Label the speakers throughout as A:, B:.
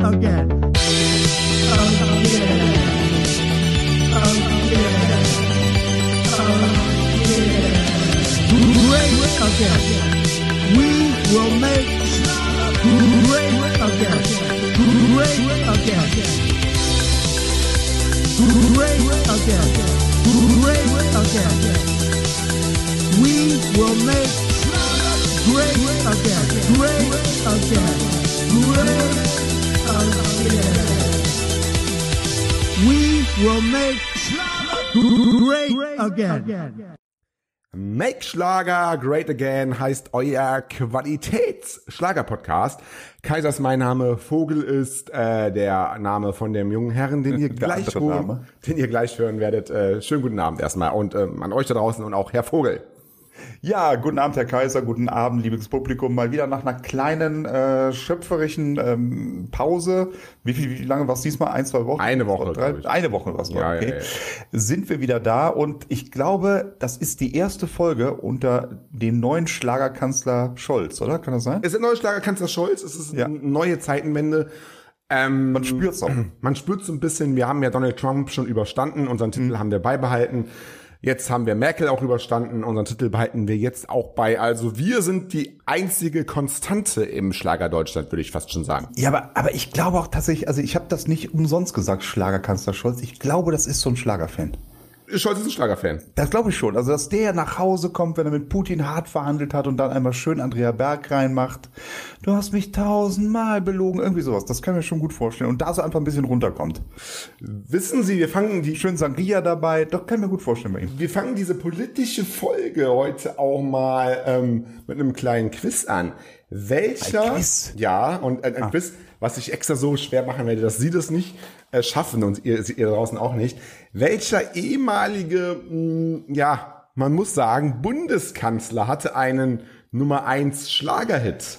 A: again. Great again. We will make great again. Great again. Great again. Great again. We will make great again. Great again. Great again. We will make great again.
B: Make Schlager Great Again heißt euer Qualitäts-Schlager-Podcast. Kaiser ist mein Name, Vogel ist der Name von dem jungen Herrn, den ihr gleich hören werdet. Schönen guten Abend erstmal und an euch da draußen und auch Herr Vogel.
C: Ja, guten Abend, Herr Kaiser, guten Abend, liebes Publikum. Mal wieder nach einer kleinen schöpferischen Pause. Wie lange war es diesmal? 1-2 Wochen?
B: Eine Woche, glaube ich.
C: Eine Woche war es,
B: ja,
C: okay.
B: Ja.
C: Sind wir wieder da und ich glaube, das ist die erste Folge unter dem neuen Schlagerkanzler Scholz, oder? Kann das sein?
B: Es ist der neue Schlagerkanzler Scholz, es ist eine neue Zeitenwende.
C: Man spürt's auch.
B: Man spürt so ein bisschen, wir haben ja Donald Trump schon überstanden, unseren Titel haben wir beibehalten. Jetzt haben wir Merkel auch überstanden, unseren Titel behalten wir jetzt auch bei. Also wir sind die einzige Konstante im Schlager Deutschland, würde ich fast schon sagen.
C: Ja, aber ich glaube auch tatsächlich, also ich habe das nicht umsonst gesagt, Schlagerkanzler Scholz. Ich glaube, das ist so ein Schlagerfan.
B: Scholz ist ein Schlagerfan.
C: Das glaube ich schon. Also, dass der nach Hause kommt, wenn er mit Putin hart verhandelt hat und dann einmal schön Andrea Berg reinmacht. Du hast mich 1000-mal belogen. Irgendwie sowas. Das kann ich mir schon gut vorstellen. Und da so einfach ein bisschen runterkommt.
B: Wissen Sie, wir fangen die...
C: Schön Sangria dabei. Das kann ich mir gut vorstellen bei ihm.
B: Wir fangen diese politische Folge heute auch mal mit einem kleinen Quiz an. Welcher...
C: Ein Quiz?
B: Ja, und ein Quiz, was ich extra so schwer machen werde, dass Sie das nicht schaffen und ihr draußen auch nicht. Welcher ehemalige, man muss sagen, Bundeskanzler hatte einen Nummer 1 Schlagerhit?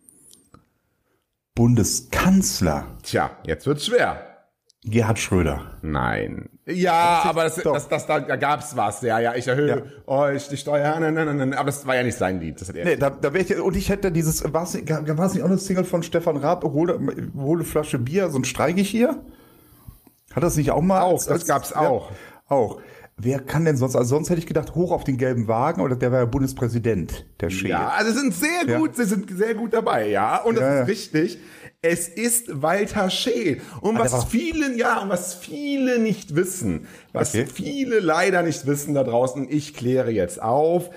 C: Bundeskanzler?
B: Tja, jetzt wird's schwer.
C: Gerhard Schröder.
B: Nein. Ja, aber da gab's was. Ja, ich erhöhe euch die Steuern. Nein. Aber das war ja nicht sein Lied. Das hat
C: Nee, da wäre ich, und ich hätte dieses, war es nicht auch eine Single von Stefan Raab, hole Flasche Bier, so ein Streik ich hier? Hat das nicht auch mal?
B: Auch, das gab's auch.
C: Auch. Wer kann denn sonst? Also sonst hätte ich gedacht, hoch auf den gelben Wagen, oder der war ja Bundespräsident, der Scheel.
B: Ja, also sie sind sehr gut dabei, ja. Und das ist richtig. Es ist Walter Scheel. Und was viele nicht wissen, viele leider nicht wissen da draußen, ich kläre jetzt auf,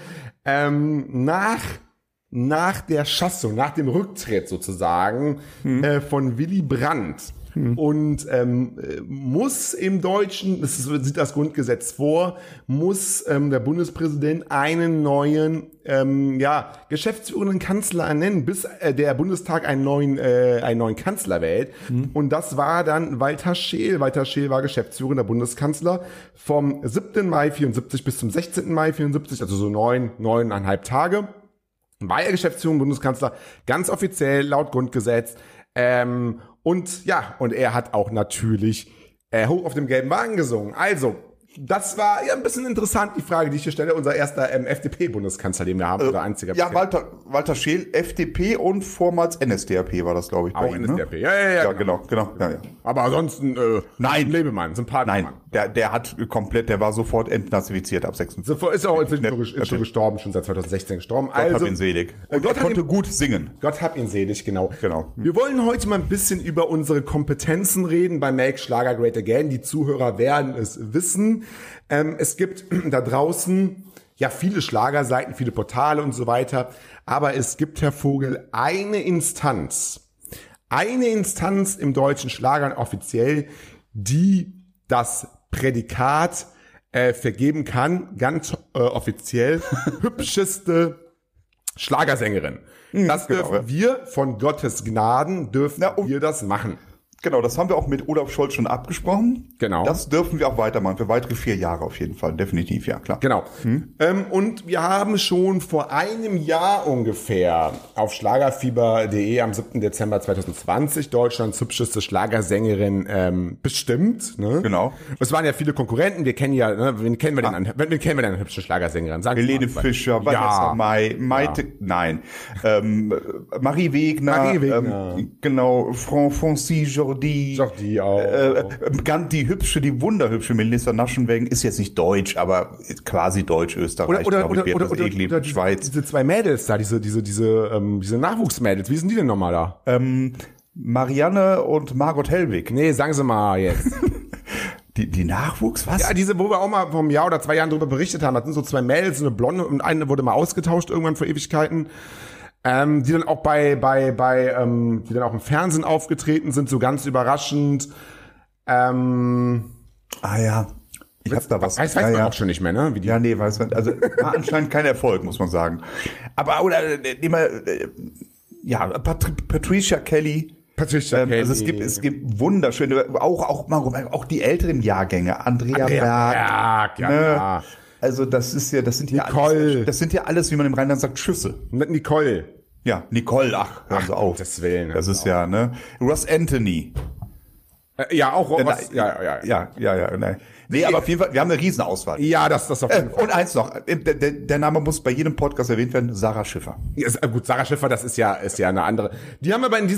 B: nach der Schassung, nach dem Rücktritt sozusagen von Willy Brandt und muss im Deutschen, sieht das Grundgesetz vor, muss der Bundespräsident einen neuen geschäftsführenden Kanzler ernennen, bis der Bundestag einen neuen Kanzler wählt. Und das war dann Walter Scheel. Walter Scheel war geschäftsführender Bundeskanzler vom 7. Mai 74 bis zum 16. Mai 74, also so 9,5 Tage. War er geschäftsführender Bundeskanzler, ganz offiziell laut Grundgesetz. Und er hat auch natürlich hoch auf dem gelben Wagen gesungen. Also, das war ja ein bisschen interessant, die Frage, die ich hier stelle. Unser erster FDP-Bundeskanzler, den wir haben, oder einziger.
C: Ja, Walter Scheel, FDP und vormals NSDAP war das, glaube ich.
B: Auch NSDAP, ne?
C: Ja, genau. Ja.
B: Aber ansonsten, Lebemann, sympathisch.
C: Nein, der war sofort entnazifiziert ab 26.
B: Ist auch inzwischen schon gestorben, schon seit 2016 gestorben.
C: Gott hab ihn selig. Und er konnte gut singen.
B: Gott hab ihn selig, genau. Wir wollen heute mal ein bisschen über unsere Kompetenzen reden bei Make Schlager Great Again. Die Zuhörer werden es wissen. Es gibt da draußen viele Schlagerseiten, viele Portale und so weiter. Aber es gibt, Herr Vogel, eine Instanz im deutschen Schlager offiziell, die das Prädikat vergeben kann, ganz offiziell, hübscheste Schlagersängerin. Das dürfen wir, von Gottes Gnaden, wir das machen.
C: Genau, das haben wir auch mit Olaf Scholz schon abgesprochen.
B: Genau.
C: Das dürfen wir auch weitermachen, für weitere 4 Jahre auf jeden Fall, definitiv, ja, klar.
B: Genau. Und wir haben schon vor einem Jahr ungefähr auf schlagerfieber.de am 7. Dezember 2020 Deutschlands hübscheste Schlagersängerin bestimmt. Ne?
C: Genau.
B: Es waren ja viele Konkurrenten, wir kennen ja, ne, wen kennen wir denn eine hübsche Schlagersängerin? Sagen
C: Helene Fischer, Vanessa Mai, Maite, nein, Marie Wegner, genau, Francis Jordi
B: auch.
C: Die wunderhübsche Melissa Naschenweng ist jetzt nicht deutsch, aber quasi deutsch-Österreich,
B: oder
C: Schweiz.
B: Diese 2 Mädels da, diese Nachwuchsmädels, wie sind die denn nochmal da?
C: Marianne und Margot Hellwig.
B: Nee, sagen Sie mal jetzt.
C: Die Nachwuchs, was?
B: Ja, diese, wo wir auch mal vor einem Jahr oder 2 Jahren drüber berichtet haben, das sind so 2 Mädels, eine Blonde und eine wurde mal ausgetauscht irgendwann vor Ewigkeiten. Die dann auch die dann auch im Fernsehen aufgetreten sind, so ganz überraschend.
C: Ja. Ich hab da was.
B: Weiß man auch schon nicht mehr, ne?
C: Ja, nee, weiß man. Also war anscheinend kein Erfolg, muss man sagen. Aber Patricia Kelly. Also es gibt wunderschöne, auch die älteren Jahrgänge. Andrea Berg.
B: Ja.
C: Also das sind ja alles, wie man im Rheinland sagt, Schüsse.
B: Nicole.
C: Ja, Nicole, hören Sie auf.
B: Das Willen.
C: Das ist ja, ne? Ross Anthony.
B: Ja, auch Ross.
C: Ja. Nein. Nee, aber auf jeden Fall, wir haben eine Riesenauswahl.
B: Ja, das auf jeden Fall.
C: Und eins noch, der Name muss bei jedem Podcast erwähnt werden, Sarah Schiffer.
B: Ja, gut, Sarah Schiffer, das ist ja eine andere. Die haben aber in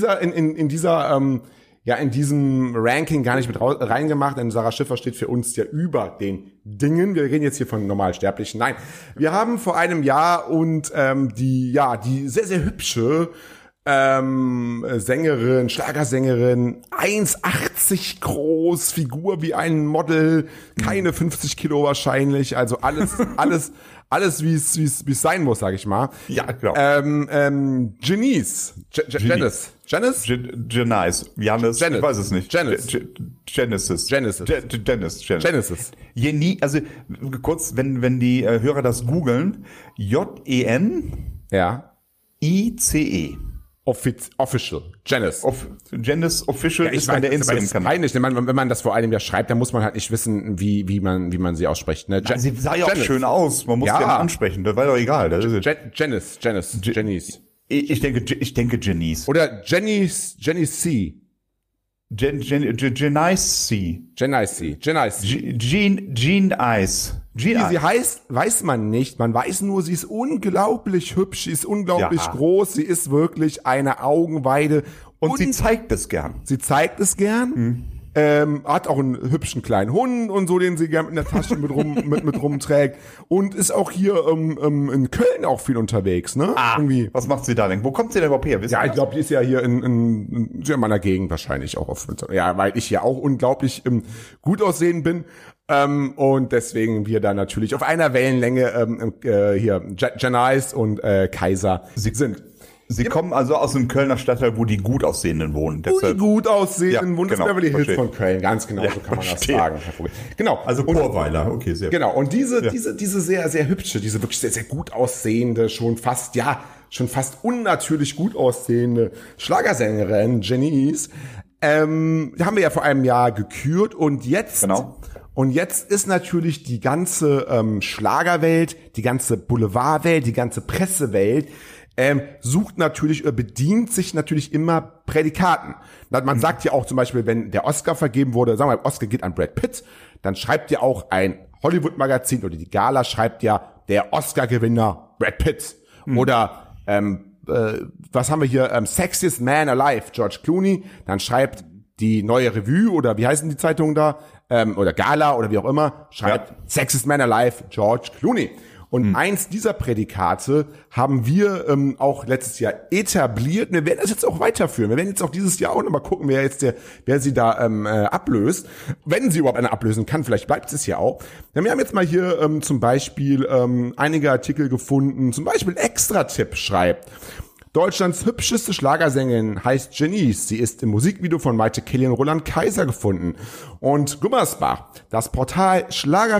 B: diesem Ranking gar nicht mit reingemacht, denn Sarah Schiffer steht für uns ja über den Dingen. Wir reden jetzt hier von Normalsterblichen. Nein, wir haben vor einem Jahr und die sehr, sehr hübsche Sängerin, Schlagersängerin, 1,80 groß, Figur wie ein Model, keine 50 Kilo wahrscheinlich, also alles wie es sein muss, sag ich mal.
C: Ja, genau.
B: Janice. Janice.
C: Ich weiß es nicht. Genesis. Also kurz, wenn die Hörer das googeln, Jenice.
B: Official. Janice.
C: Janice Official ist an der Instagram-Kanal.
B: Wenn man das vor einem Jahr schreibt, dann muss man halt nicht wissen, wie man sie ausspricht. Ne?
C: Sie sah ja auch schön aus. Man muss sie ja ansprechen. Das war doch egal.
B: Janice.
C: Ich denke Janice.
B: Oder Janice C.
C: Jean Ice.
B: Wie sie heißt, weiß man nicht. Man weiß nur, sie ist unglaublich hübsch, sie ist unglaublich groß, sie ist wirklich eine Augenweide.
C: Und sie zeigt es gern.
B: Hat auch einen hübschen kleinen Hund und so, den sie gern in der Tasche mit rumträgt. Und ist auch hier in Köln auch viel unterwegs, ne?
C: Irgendwie. Was macht sie da denn? Wo kommt sie denn überhaupt her?
B: Ja, ich glaube, die ist ja hier in meiner Gegend wahrscheinlich auch weil ich ja auch unglaublich gut aussehend bin. Und deswegen wir da natürlich auf einer Wellenlänge hier Janice und Kaiser sind.
C: Sie kommen also aus dem Kölner Stadtteil, wo die gut Aussehenden wohnen.
B: Wo die gut Aussehenden wohnen, das ist Beverly Hills von Köln. Ganz genau, so kann man das sagen. Genau.
C: Also Chorweiler, okay, sehr gut.
B: Genau, und diese sehr, sehr hübsche, diese wirklich sehr, sehr gut aussehende, schon fast unnatürlich gut aussehende Schlagersängerin Janice, haben wir ja vor einem Jahr gekürt und jetzt...
C: Genau.
B: Und jetzt ist natürlich die ganze Schlagerwelt, die ganze Boulevardwelt, die ganze Pressewelt sucht natürlich oder bedient sich natürlich immer Prädikaten. Man sagt ja auch zum Beispiel, wenn der Oscar vergeben wurde, sagen wir mal, Oscar geht an Brad Pitt, dann schreibt ja auch ein Hollywood-Magazin oder die Gala schreibt ja der Oscar-Gewinner Brad Pitt. Oder was haben wir hier? Sexiest Man Alive, George Clooney. Dann schreibt die Neue Revue oder wie heißen die Zeitungen da? Oder Gala oder wie auch immer, schreibt Sexiest Man Alive, George Clooney. Und eins dieser Prädikate haben wir auch letztes Jahr etabliert. Und wir werden das jetzt auch weiterführen. Wir werden jetzt auch dieses Jahr auch nochmal gucken, wer sie da ablöst. Wenn sie überhaupt eine ablösen kann, vielleicht bleibt es ja auch. Wir haben jetzt mal hier zum Beispiel einige Artikel gefunden. Zum Beispiel Extra-Tipp schreibt: Deutschlands hübscheste Schlagersängerin heißt Janice. Sie ist im Musikvideo von Maite Kelly und Roland Kaiser gefunden. Und Gummersbach, das Portal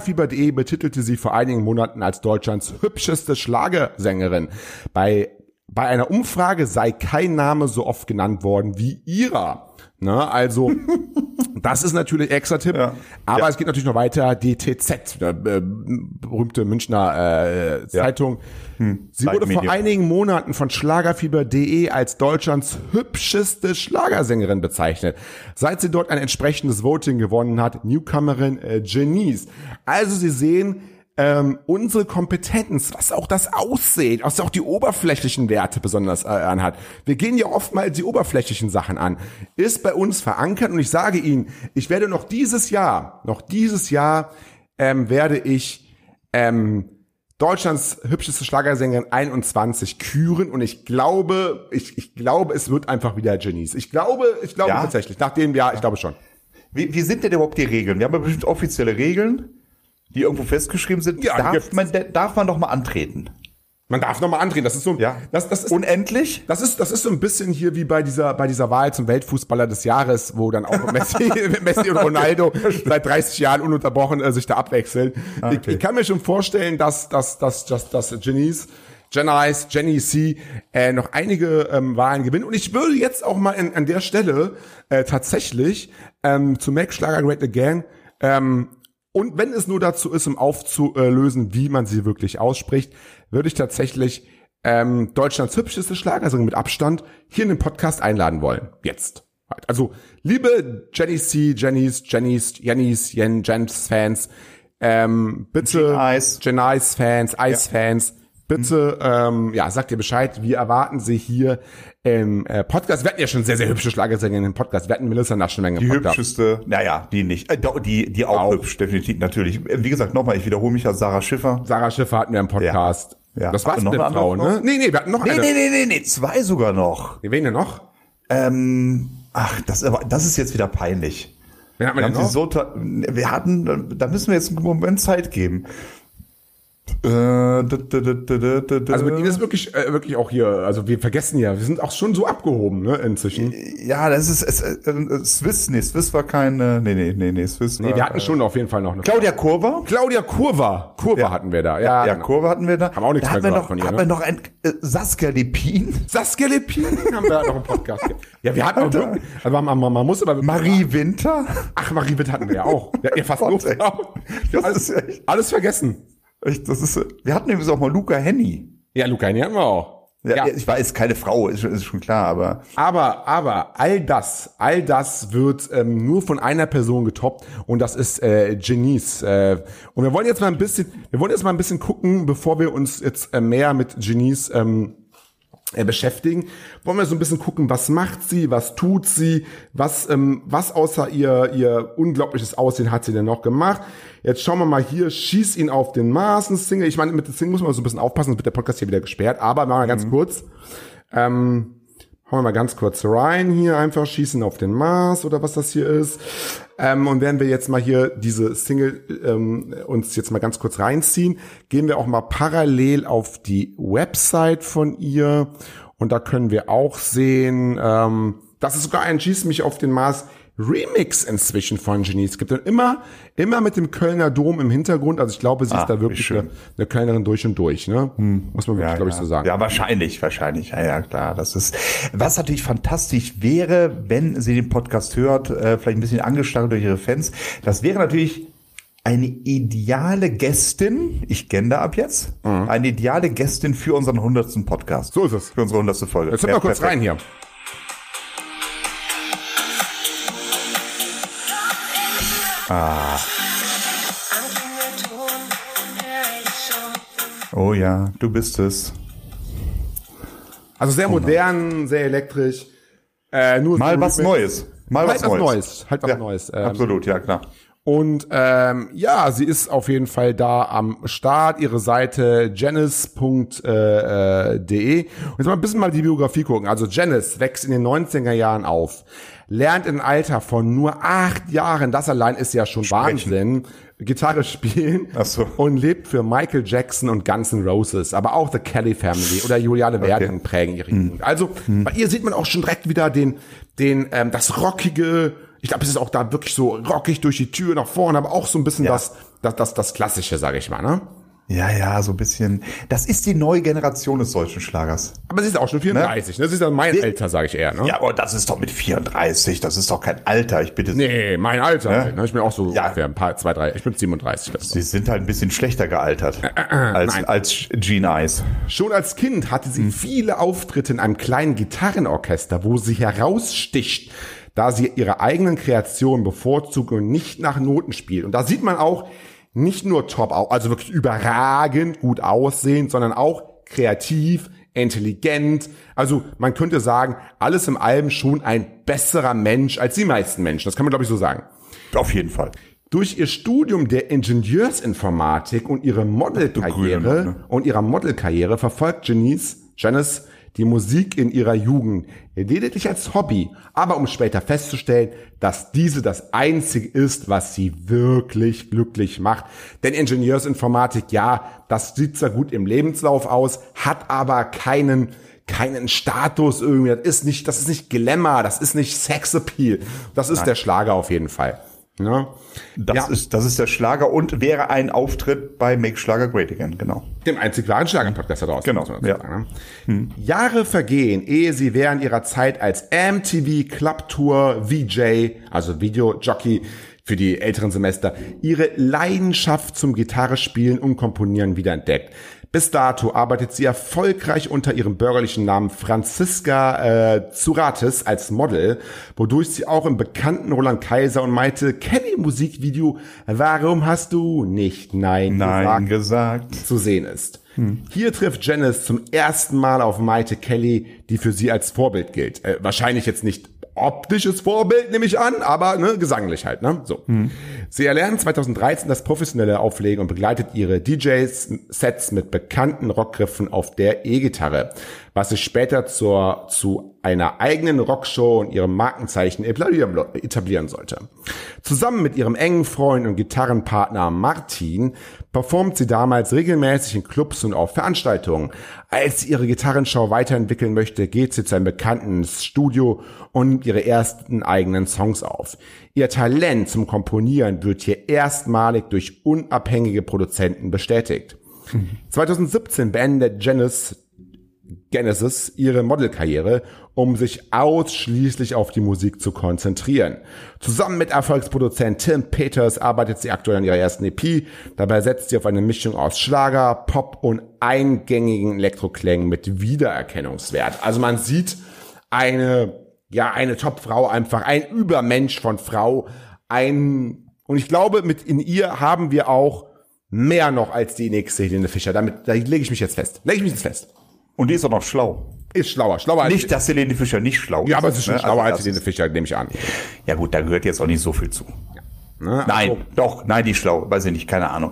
B: Schlagerfieber.de betitelte sie vor einigen Monaten als Deutschlands hübscheste Schlagersängerin. Bei bei einer Umfrage sei kein Name so oft genannt worden wie ihrer. Ne, also, das ist natürlich extra Tipp, aber es geht natürlich noch weiter, DTZ, berühmte Münchner Zeitung. Sie wurde vor einigen Monaten von Schlagerfieber.de als Deutschlands hübscheste Schlagersängerin bezeichnet. Seit sie dort ein entsprechendes Voting gewonnen hat, Newcomerin Janice. Also Sie sehen, unsere Kompetenz, was auch das Aussehen, was auch die oberflächlichen Werte besonders anhat. Wir gehen ja oftmals die oberflächlichen Sachen an. Ist bei uns verankert und ich sage Ihnen, ich werde noch dieses Jahr werde ich Deutschlands hübscheste Schlagersängerin 21 küren und ich glaube, es wird einfach wieder Janice. Ich glaube tatsächlich, nach dem Jahr, ich glaube schon.
C: Wie sind denn überhaupt die Regeln? Wir haben ja bestimmt offizielle Regeln, die irgendwo festgeschrieben sind. Ja, darf man doch mal antreten.
B: Man darf noch mal antreten. Das ist so, das ist
C: unendlich.
B: Das ist so ein bisschen hier wie bei dieser Wahl zum Weltfußballer des Jahres, wo dann auch Messi und Ronaldo seit 30 Jahren ununterbrochen sich da abwechseln. Okay. Ich kann mir schon vorstellen, dass Janice noch einige Wahlen gewinnt. Und ich würde jetzt auch mal an der Stelle tatsächlich zu Make Schlager Great Again und wenn es nur dazu ist, um aufzulösen, wie man sie wirklich ausspricht, würde ich tatsächlich Deutschlands hübscheste Schlagersänger mit Abstand hier in den Podcast einladen wollen. Jetzt. Also, liebe Janice, Fans, bitte, Janice-Fans, Ice-Fans, bitte, sagt ihr Bescheid, wir erwarten sie hier im Podcast. Wir hatten ja schon sehr, sehr hübsche Schlagersängerin im Podcast. Wir hatten Melissa Naschenmenge im Podcast.
C: Die hübscheste, die nicht. Die auch hübsch, definitiv, natürlich. Wie gesagt, nochmal, ich wiederhole mich als Sarah Schiffer.
B: Sarah Schiffer hatten wir im Podcast. Ja. Das war's mit der Frau, ne? Nee, wir hatten noch eine.
C: Nee, 2 sogar noch.
B: Wen denn noch?
C: Das ist jetzt wieder peinlich.
B: Wen hatten wir denn noch?
C: Da müssen wir jetzt einen Moment Zeit geben.
B: Also mit ihnen ist wirklich auch hier, also wir vergessen ja, wir sind auch schon so abgehoben, ne, inzwischen.
C: Ja, das ist Swiss war keine, Swiss war,
B: wir hatten schon auf jeden Fall noch eine.
C: Claudia Kurva
B: hatten wir da, ja.
C: Ja, Kurva hatten wir da.
B: Haben auch nichts mehr gehört von ihr,
C: Haben wir noch ein Saskia Lepin
B: haben wir noch im Podcast. Ja, wir hatten auch wirklich, also man muss aber
C: Marie Winter.
B: Ach, Marie Winter hatten wir ja auch. Ja, fast nur Frau. Alles vergessen.
C: Wir hatten übrigens auch mal Luca Henny.
B: Ja, Luca Henny hatten wir auch.
C: Ja. Ich weiß, keine Frau, ist schon klar, aber.
B: Aber all das wird nur von einer Person getoppt und das ist Janice. Und wir wollen jetzt mal ein bisschen gucken, bevor wir uns jetzt mehr mit Janice beschäftigen, wollen wir so ein bisschen gucken, was macht sie, was tut sie, was außer ihr unglaubliches Aussehen hat sie denn noch gemacht. Jetzt schauen wir mal hier, Schieß ihn auf den Mars, ein Single. Ich meine, mit dem Single muss man so ein bisschen aufpassen, sonst wird der Podcast hier wieder gesperrt, aber machen wir ganz kurz. Hauen wir mal ganz kurz rein hier, einfach Schießen auf den Mars oder was das hier ist. Und wenn wir jetzt mal hier diese Single uns jetzt mal ganz kurz reinziehen, gehen wir auch mal parallel auf die Website von ihr und da können wir auch sehen, dass es sogar ein Schieß mich auf den Mars Remix inzwischen von Janice gibt und immer mit dem Kölner Dom im Hintergrund, also ich glaube, sie ist da wirklich eine Kölnerin durch und durch, ne? Muss man wirklich, glaube ich, so sagen.
C: Ja, wahrscheinlich, ja, klar, das ist, was natürlich fantastisch wäre, wenn sie den Podcast hört, vielleicht ein bisschen angestachelt durch ihre Fans, das wäre natürlich eine ideale Gästin, ich kenne da ab jetzt, eine ideale Gästin für unseren 100. Podcast.
B: So ist es.
C: Für unsere 100. Folge.
B: Jetzt hören wir kurz rein hier.
C: Oh ja, du bist es.
B: Also sehr modern, sehr elektrisch. Nur
C: mal was Neues.
B: Halt was Neues.
C: Absolut, ja klar.
B: Und sie ist auf jeden Fall da am Start. Ihre Seite janice.de. Und jetzt mal ein bisschen die Biografie gucken. Also Janice wächst in den 90er Jahren auf, lernt im Alter von nur 8 Jahren, das allein ist ja schon Wahnsinn, Gitarre spielen.
C: Ach so.
B: Und lebt für Michael Jackson und Guns N' Roses, aber auch The Kelly Family oder Juliane Verden prägen ihre Jugend. Also bei ihr sieht man auch schon direkt wieder das rockige. Ich glaube, es ist auch da wirklich so rockig durch die Tür nach vorne, aber auch so ein bisschen das Klassische, sage ich mal, ne?
C: Ja, so ein bisschen. Das ist die neue Generation des deutschen Schlagers.
B: Aber sie ist auch schon 34, ne? Das ist ja mein Alter, sage ich eher, ne?
C: Ja, aber das ist doch mit 34, das ist doch kein Alter, ich bitte.
B: Nee, mein Alter. Halt, ne? Ich bin auch so ungefähr ein paar, 2, 3, ich bin 37.
C: Sie sind halt ein bisschen schlechter gealtert als Gene Ice.
B: Schon als Kind hatte sie viele Auftritte in einem kleinen Gitarrenorchester, wo sie heraussticht, da sie ihre eigenen Kreationen bevorzugt und nicht nach Noten spielt. Und da sieht man auch, nicht nur top, also wirklich überragend gut aussehend, sondern auch kreativ, intelligent. Also man könnte sagen, alles im Allem schon ein besserer Mensch als die meisten Menschen. Das kann man, glaube ich, so sagen.
C: Auf jeden Fall.
B: Durch ihr Studium der Ingenieursinformatik und ihre Modelkarriere verfolgt Janice die Musik in ihrer Jugend lediglich als Hobby, aber um später festzustellen, dass diese das Einzige ist, was sie wirklich glücklich macht. Denn Ingenieursinformatik, ja, das sieht zwar gut im Lebenslauf aus, hat aber keinen Status irgendwie. Das ist nicht Glamour, das ist nicht Sexappeal. Das ist der Schlager auf jeden Fall. Ja.
C: Das ist der Schlager und wäre ein Auftritt bei Make Schlager Great Again, genau.
B: Dem einzig wahren Schlager-Podcast da draußen.
C: Genau, ja.
B: Sagen, ne? Jahre vergehen, ehe sie während ihrer Zeit als MTV Club Tour VJ, also Videojockey für die älteren Semester, ihre Leidenschaft zum Gitarrespielen und Komponieren wiederentdeckt. Bis dato arbeitet sie erfolgreich unter ihrem bürgerlichen Namen Franziska Zuratis als Model, wodurch sie auch im bekannten Roland Kaiser und Maite Kelly Musikvideo Warum hast du nicht Nein gesagt zu sehen ist. Hier trifft Janice zum ersten Mal auf Maite Kelly, die für sie als Vorbild gilt. Wahrscheinlich jetzt nicht optisches Vorbild, nehme ich an, aber gesanglich halt. So. Sie erlernt 2013 das professionelle Auflegen und begleitet ihre DJs-Sets mit bekannten Rockgriffen auf der E-Gitarre, was sich später zu einer eigenen Rockshow und ihrem Markenzeichen etablieren sollte. Zusammen mit ihrem engen Freund und Gitarrenpartner Martin performt sie damals regelmäßig in Clubs und auf Veranstaltungen. Als sie ihre Gitarrenschau weiterentwickeln möchte, geht sie zu einem bekannten Studio und nimmt ihre ersten eigenen Songs auf. Ihr Talent zum Komponieren wird hier erstmalig durch unabhängige Produzenten bestätigt. 2017 beendet Genesis ihre Modelkarriere, um sich ausschließlich auf die Musik zu konzentrieren. Zusammen mit Erfolgsproduzent Tim Peters arbeitet sie aktuell an ihrer ersten EP. Dabei setzt sie auf eine Mischung aus Schlager, Pop und eingängigen Elektroklängen mit Wiedererkennungswert. Also man sieht eine Top-Frau, einfach ein Übermensch von Frau. Und ich glaube, in ihr haben wir auch mehr noch als die nächste Helene Fischer. Da lege ich mich jetzt fest.
C: Und die ist auch noch schlau.
B: Ist schlauer.
C: Nicht, dass Helene Fischer nicht schlau ist.
B: Ja, aber sie ist schon schlauer als Helene Fischer, nehme ich an.
C: Ja gut, da gehört jetzt auch nicht so viel zu. Ja. Nein, die ist schlau, weiß ich nicht, keine Ahnung.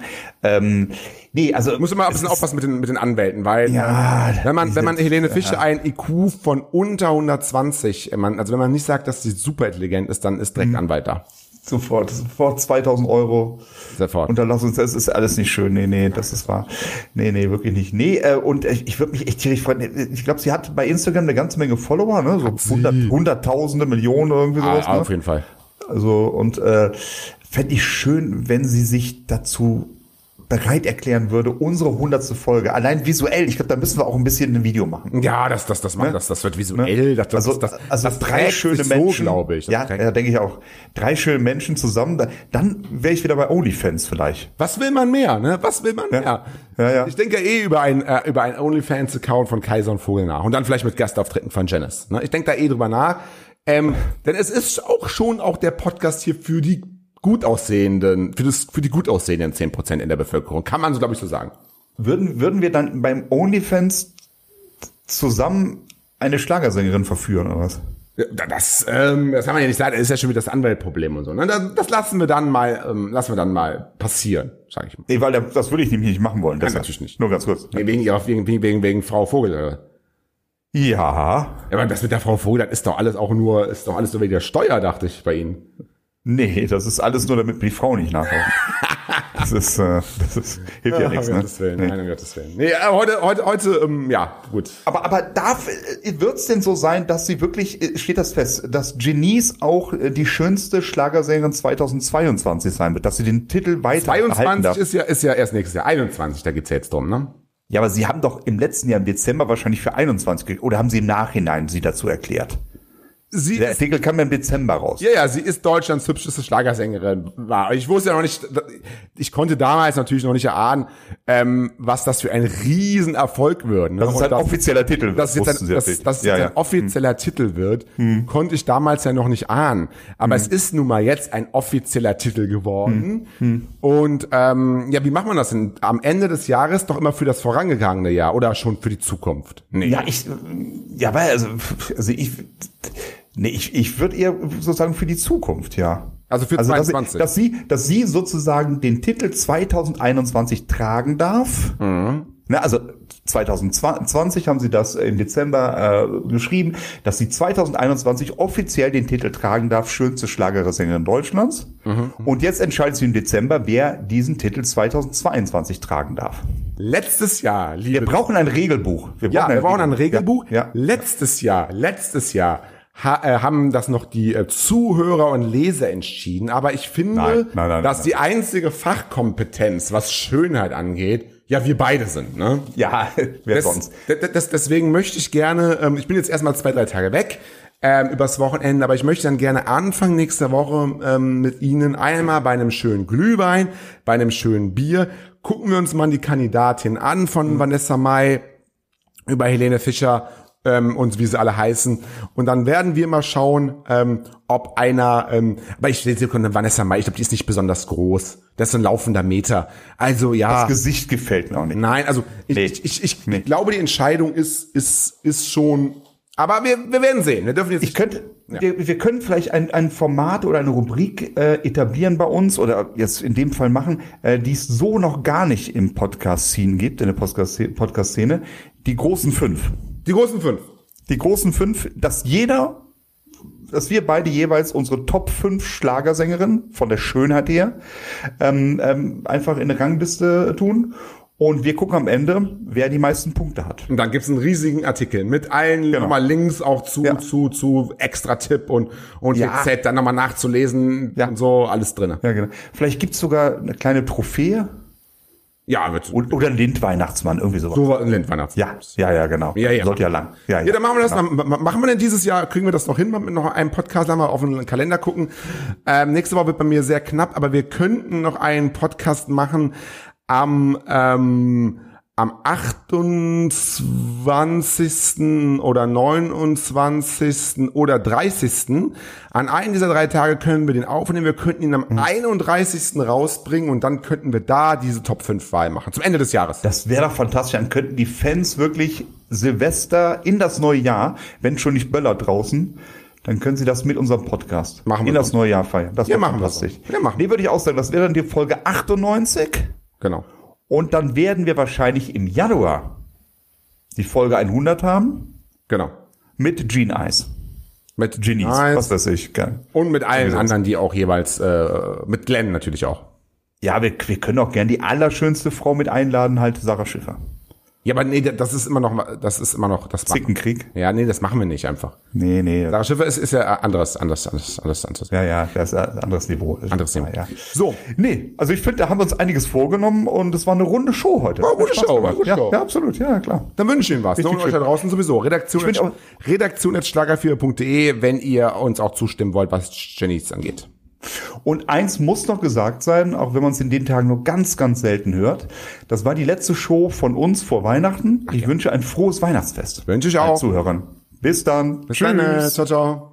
C: Also
B: muss immer ein bisschen aufpassen mit den Anwälten, weil wenn man Helene Fischer ein IQ von unter 120, wenn man nicht sagt, dass sie super intelligent ist, dann ist direkt Anwalt da.
C: Sofort 2.000 €.
B: Sofort.
C: Unterlass uns, das ist alles nicht schön. Nee, das ist wahr. Nee, wirklich nicht. Und ich würde mich echt tierisch freuen. Ich glaube, sie hat bei Instagram eine ganze Menge Follower, ne? So Hunderttausende, Millionen irgendwie sowas.
B: Auf jeden Fall.
C: Also, und fände ich schön, wenn sie sich dazu bereit erklären würde, unsere 100. Folge, allein visuell, ich glaube, da müssen wir auch ein bisschen ein Video machen.
B: Ja, das wird visuell,
C: das drei schöne Menschen,
B: glaube ich.
C: Ja, denke ich auch. 3 schöne Menschen zusammen, dann wäre ich wieder bei OnlyFans vielleicht.
B: Was will man mehr, ne? Mehr? Ja. Ich denke über ein OnlyFans-Account von Kaiser und Vogel nach und dann vielleicht mit Gastauftritten von Janice. Ne? Ich denke da drüber nach, denn es ist auch der Podcast hier für die gut aussehenden 10% in der Bevölkerung. Kann man so, glaube ich, so sagen.
C: Würden wir dann beim OnlyFans zusammen eine Schlagersängerin verführen, oder was?
B: Das kann man ja nicht sagen. Das ist ja schon wieder das Anwaltproblem und so. Ne? Das lassen wir dann mal passieren, sage ich mal.
C: Nee, weil das würde ich nämlich nicht machen wollen.
B: Nein, natürlich nicht.
C: Nur ganz kurz.
B: Wegen Frau Vogel, oder?
C: Ja.
B: Ja, aber das mit der Frau Vogel, das ist doch alles nur wegen der Steuer, dachte ich bei Ihnen.
C: Nee, das ist alles nur, damit die Frau nicht nachkaufen. Das ist hilft ja nichts,
B: um
C: ne?
B: Gottes Willen, nein, um Gottes Willen. Nee, heute, ja, gut.
C: Aber wird's denn so sein, dass sie wirklich, steht das fest, dass Genies auch die schönste Schlagersängerin 2022 sein wird, dass sie den Titel weiter halten darf?
B: 22 ist ja erst nächstes Jahr. 21, da geht's ja jetzt drum, ne?
C: Ja, aber sie haben doch im letzten Jahr im Dezember wahrscheinlich für 21 oder haben sie im Nachhinein sie dazu erklärt? Der Artikel kam im Dezember raus.
B: Ja, sie ist Deutschlands hübscheste Schlagersängerin. Ich wusste ja noch nicht, ich konnte damals natürlich noch nicht erahnen, was das für ein Riesenerfolg wird. Ne?
C: Das ist ein offizieller Titel.
B: Dass jetzt ein offizieller Titel wird, konnte ich damals ja noch nicht ahnen. Aber es ist nun mal jetzt ein offizieller Titel geworden. Und wie macht man das denn? Am Ende des Jahres doch immer für das vorangegangene Jahr oder schon für die Zukunft?
C: Nee. Ich würde eher sozusagen für die Zukunft, ja.
B: Also für 2022.
C: Dass sie sozusagen den Titel 2021 tragen darf. Also 2020 haben sie das im Dezember geschrieben, dass sie 2021 offiziell den Titel tragen darf, schönste Schlagersängerin Deutschlands. Und jetzt entscheidet sie im Dezember, wer diesen Titel 2022 tragen darf.
B: Letztes Jahr,
C: wir brauchen ein Regelbuch.
B: Wir brauchen ein Regelbuch.
C: Ja.
B: Letztes Jahr haben das noch die Zuhörer und Leser entschieden. Aber ich finde, dass die einzige Fachkompetenz, was Schönheit angeht, ja, wir beide sind, ne?
C: Ja, wer sonst?
B: Deswegen möchte ich gerne, ich bin jetzt erstmal 2-3 Tage weg, übers Wochenende, aber ich möchte dann gerne Anfang nächster Woche mit Ihnen einmal bei einem schönen Glühwein, bei einem schönen Bier, gucken wir uns mal die Kandidatin an von Vanessa Mai über Helene Fischer und wie sie alle heißen. Und dann werden wir mal schauen, ob einer, aber ich sehe Vanessa Mai, ich glaube, die ist nicht besonders groß. Das ist ein laufender Meter. Also ja.
C: Das Gesicht gefällt mir auch nicht.
B: Nein, also ich glaube, die Entscheidung ist schon. Aber wir werden sehen. Wir dürfen jetzt.
C: Wir können vielleicht ein Format oder eine Rubrik etablieren bei uns oder jetzt in dem Fall machen, die es so noch gar nicht im Podcast-Scene gibt, in der Podcast-Szene. Die großen 5.
B: Die großen 5.
C: Die großen 5, dass wir beide jeweils unsere Top 5 Schlagersängerinnen von der Schönheit her einfach in eine Rangliste tun. Und wir gucken am Ende, wer die meisten Punkte hat.
B: Und dann gibt's einen riesigen Artikel mit allen nochmal Links auch zu Extra-Tipp und GZ, dann nochmal nachzulesen und so, alles drin.
C: Ja, genau. Vielleicht gibt's sogar eine kleine Trophäe.
B: Ja,
C: oder ein Lindweihnachtsmann, irgendwie sowas.
B: So ein Lindweihnachtsmann.
C: Ja, genau.
B: Ja.
C: Sollte ja lang.
B: Ja, dann machen wir das. Machen wir denn dieses Jahr, kriegen wir das noch hin, mit noch einem Podcast, mal auf den Kalender gucken. Nächste Woche wird bei mir sehr knapp, aber wir könnten noch einen Podcast machen am 28. oder 29. oder 30. An einem dieser 3 Tage können wir den aufnehmen. Wir könnten ihn am 31. rausbringen und dann könnten wir da diese Top 5 Wahl machen. Zum Ende des Jahres.
C: Das wäre doch fantastisch. Dann könnten die Fans wirklich Silvester in das neue Jahr, wenn schon nicht Böller draußen, dann können sie das mit unserem Podcast in das neue Jahr feiern. Das wäre fantastisch. Nee, würde ich auch sagen, das wäre dann die Folge 98.
B: Genau.
C: Und dann werden wir wahrscheinlich im Januar die Folge 100 haben.
B: Genau.
C: Mit Gene Ice.
B: Mit Genies. Was
C: weiß ich. Geil.
B: Und mit allen anderen, die auch jeweils, mit Glenn natürlich auch.
C: Ja, wir können auch gern die allerschönste Frau mit einladen, halt Sarah Schiffer.
B: Ja, aber nee, das ist immer noch das
C: Zickenkrieg?
B: Ja, nee, das machen wir nicht einfach.
C: Nee.
B: Sarah Schiffer ist ja anderes.
C: Ja, das ist ein anderes Niveau. Ja.
B: So.
C: Nee, also ich finde, da haben wir uns einiges vorgenommen und es war eine runde Show heute.
B: War eine gute Show.
C: Ja, absolut, ja, klar.
B: Dann wünsche ich Ihnen was. Und euch da draußen sowieso. Redaktion@schlager4.de, wenn ihr uns auch zustimmen wollt, was Genies angeht.
C: Und eins muss noch gesagt sein, auch wenn man es in den Tagen nur ganz, ganz selten hört. Das war die letzte Show von uns vor Weihnachten. Ich wünsche ein frohes Weihnachtsfest.
B: Wünsche ich auch.
C: Zuhörern. Bis dann.
B: Bis dann. Ciao, ciao.